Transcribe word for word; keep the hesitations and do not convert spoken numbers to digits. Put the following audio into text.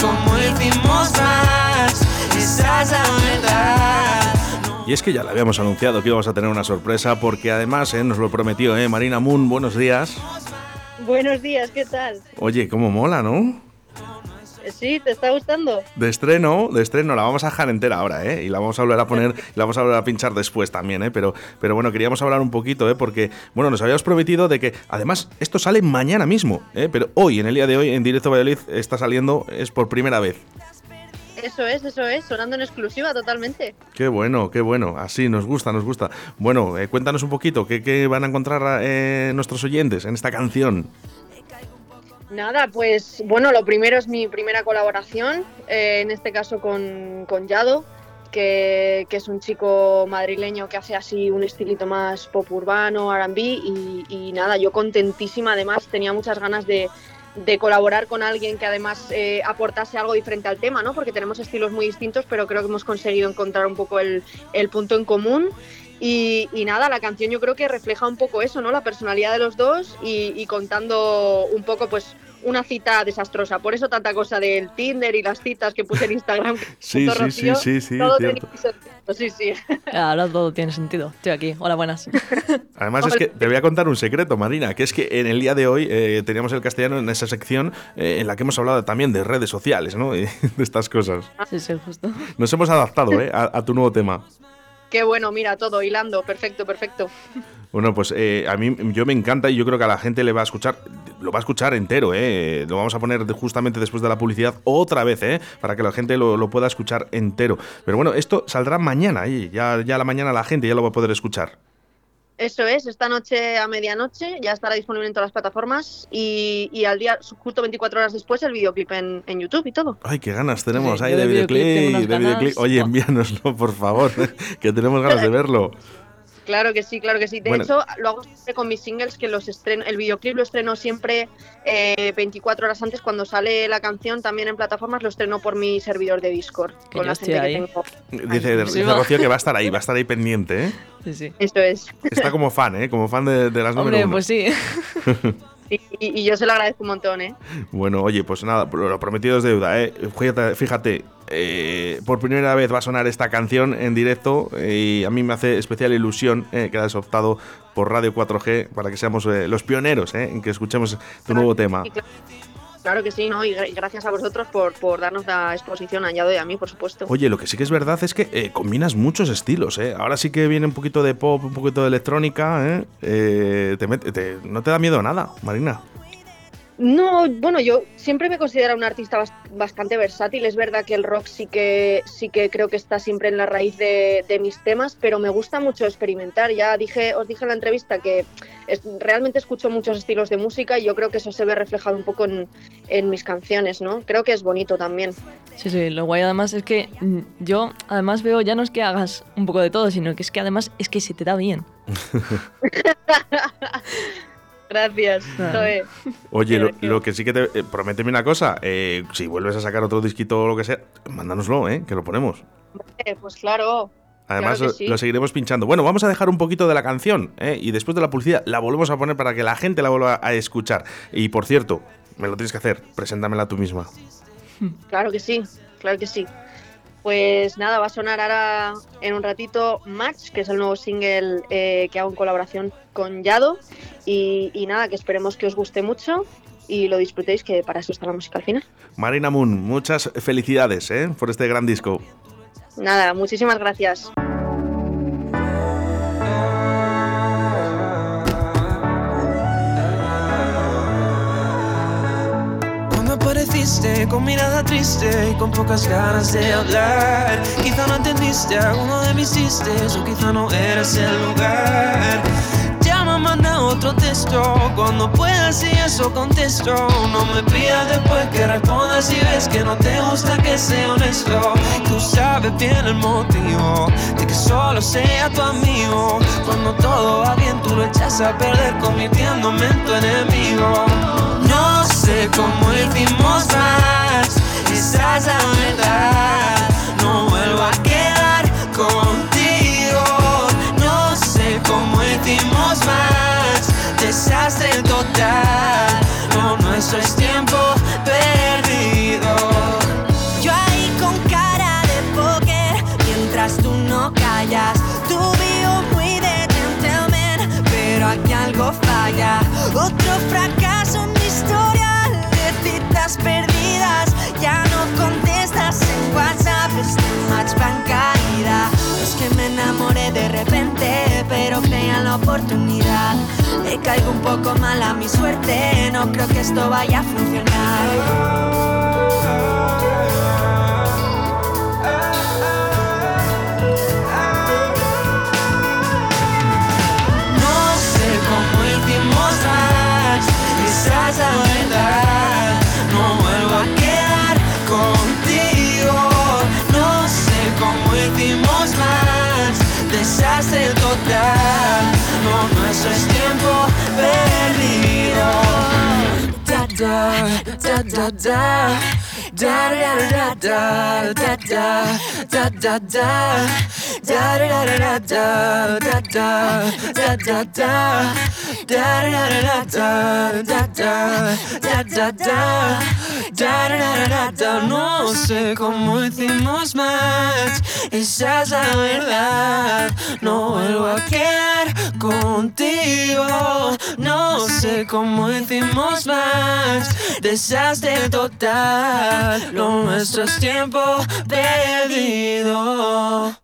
cómo hicimos más, esa es la verdad. Y es que ya le habíamos anunciado que íbamos a tener una sorpresa, porque además eh, nos lo prometió, ¿eh? Marina Moon, buenos días. Buenos días, ¿qué tal? Oye, cómo mola, ¿no? Sí, ¿te está gustando? De estreno, de estreno, la vamos a dejar entera ahora, ¿eh? Y la vamos a volver a poner, y la vamos a volver a pinchar después también, ¿eh? Pero, pero bueno, queríamos hablar un poquito, ¿eh? Porque, bueno, nos habíamos prometido de que, además, esto sale mañana mismo, ¿eh? Pero hoy, en el día de hoy, en Directo Valladolid, está saliendo, es por primera vez. Eso es, eso es, sonando en exclusiva totalmente. Qué bueno, qué bueno, así nos gusta, nos gusta. Bueno, eh, cuéntanos un poquito, ¿qué, qué van a encontrar eh, nuestros oyentes en esta canción? Nada, pues bueno, lo primero es mi primera colaboración, eh, en este caso con, con Yado, que, que es un chico madrileño que hace así un estilito más pop urbano, R and B, y, y nada, yo contentísima, además tenía muchas ganas de, de colaborar con alguien que además eh, aportase algo diferente al tema, ¿no? Porque tenemos estilos muy distintos, pero creo que hemos conseguido encontrar un poco el, el punto en común. Y, y nada, la canción yo creo que refleja un poco eso, ¿no? La personalidad de los dos y, y contando un poco, pues, una cita desastrosa. Por eso tanta cosa del Tinder y las citas que puse en Instagram. Sí, sí, Rocío, sí, sí, sí, todo cierto. tenía sentido, sí, sí. Ahora todo tiene sentido. Estoy aquí. Hola, buenas. Además es que te voy a contar un secreto, Marina, que es que en el día de hoy eh, teníamos el castellano en esa sección eh, en la que hemos hablado también de redes sociales, ¿no? Y de estas cosas. Sí, sí, justo. Nos hemos adaptado, ¿eh? a, a tu nuevo tema. Qué bueno, mira, todo hilando, perfecto, perfecto. Bueno, pues eh, a mí yo me encanta y yo creo que a la gente le va a escuchar, lo va a escuchar entero, ¿eh? Lo vamos a poner justamente después de la publicidad otra vez, ¿eh? Para que la gente lo, lo pueda escuchar entero. Pero bueno, esto saldrá mañana, ¿eh? Ya, ya a la mañana la gente ya lo va a poder escuchar. Eso es, esta noche a medianoche ya estará disponible en todas las plataformas y, y al día, justo veinticuatro horas después, el videoclip en, en YouTube y todo. Ay, qué ganas tenemos Sí, ahí yo de de videoclip, videoclip tengo unas de ganas. videoclip. Oye, Oh. envíanoslo, por favor, que tenemos ganas de verlo. Claro que sí, claro que sí. De Bueno. hecho, lo hago siempre con mis singles, que los estreno, el videoclip lo estreno siempre eh, veinticuatro horas antes. Cuando sale la canción también en plataformas, lo estreno por mi servidor de Discord. Que con yo la estoy gente ahí. que tengo. Dice, Ay, dice Rocío que va a estar ahí, va a estar ahí pendiente, ¿eh? Sí, sí. Eso es. Está como fan, ¿eh? Como fan de, de las número Hombre, uno. pues sí. Y, y, y yo se lo agradezco un montón, ¿eh? Bueno, oye, pues nada, lo prometido es deuda, ¿eh? Fíjate, fíjate eh, por primera vez va a sonar esta canción en directo eh, y a mí me hace especial ilusión eh, que hayas optado por Radio cuatro G para que seamos eh, los pioneros eh, en que escuchemos tu nuevo tema. Y claro, claro que sí, ¿no? Y gra- gracias a vosotros por, por darnos la exposición a Yado y a mí, por supuesto. Oye, lo que sí que es verdad es que eh, combinas muchos estilos, ¿eh? Ahora sí que viene un poquito de pop, un poquito de electrónica, ¿eh? Eh, te met- te- ¿No te da miedo nada, Marina? No, bueno, yo siempre me considero una artista bas- bastante versátil. Es verdad que el rock sí que sí que creo que está siempre en la raíz de, de mis temas, pero me gusta mucho experimentar. Ya dije, os dije en la entrevista que es- realmente escucho muchos estilos de música y yo creo que eso se ve reflejado un poco en, en mis canciones, ¿no? Creo que es bonito también. Sí, sí, lo guay además es que mm, yo además veo, ya no es que hagas un poco de todo, sino que es que además es que se te da bien. Gracias, Zoe. Oye, lo, Gracias. lo que sí que te... Eh, prométeme una cosa, eh, si vuelves a sacar otro disquito o lo que sea, mándanoslo, ¿eh? Que lo ponemos. Eh, Pues claro. Además, Claro que lo- sí. lo seguiremos pinchando. Bueno, vamos a dejar un poquito de la canción, ¿eh? Y después de la publicidad la volvemos a poner para que la gente la vuelva a escuchar. Y por cierto, me lo tienes que hacer, preséntamela tú misma. Claro que sí, claro que sí. Pues nada, va a sonar ahora en un ratito Match, que es el nuevo single eh, que hago en colaboración con Yado. Y, y nada, que esperemos que os guste mucho y lo disfrutéis, que para eso está la música al final. Marina Moon, muchas felicidades, ¿eh? Por este gran disco. Nada, muchísimas gracias. Cuando apareciste con mirada triste y con pocas ganas de hablar, quizá no entendiste alguno de mis chistes o quizá no eras el lugar. Llama, manda otro texto, cuando puedas y eso contesto. No me pidas después que respondas si ves que no te gusta que sea honesto. Tú sabes bien el motivo de que solo sea tu amigo. Cuando todo va bien tú lo echas a perder convirtiéndome en tu enemigo. No sé cómo hicimos más, esa es la verdad. No vuelvo a quedar contigo. No sé cómo hicimos más, desastre total. Lo nuestro es tiempo perdido. perdidas. Ya no contestas en WhatsApp, este match va en caída. Es que me enamoré de repente, pero creía en la oportunidad. Le caigo un poco mal a mi suerte, no creo que esto vaya a funcionar. Esa es la verdad, no vuelvo a quedar contigo. No sé cómo hicimos más, desastre total. No, nuestro es tiempo perdido. Da da, da da da. Da da da da da da da da da. Da da da da da da da da da da. Da da da da da da da da da. Da da da da. No sé cómo hicimos match, esa es la verdad. No vuelvo a quedar contigo. No sé cómo hicimos match, desastre total. Lo nuestro es tiempo perdido.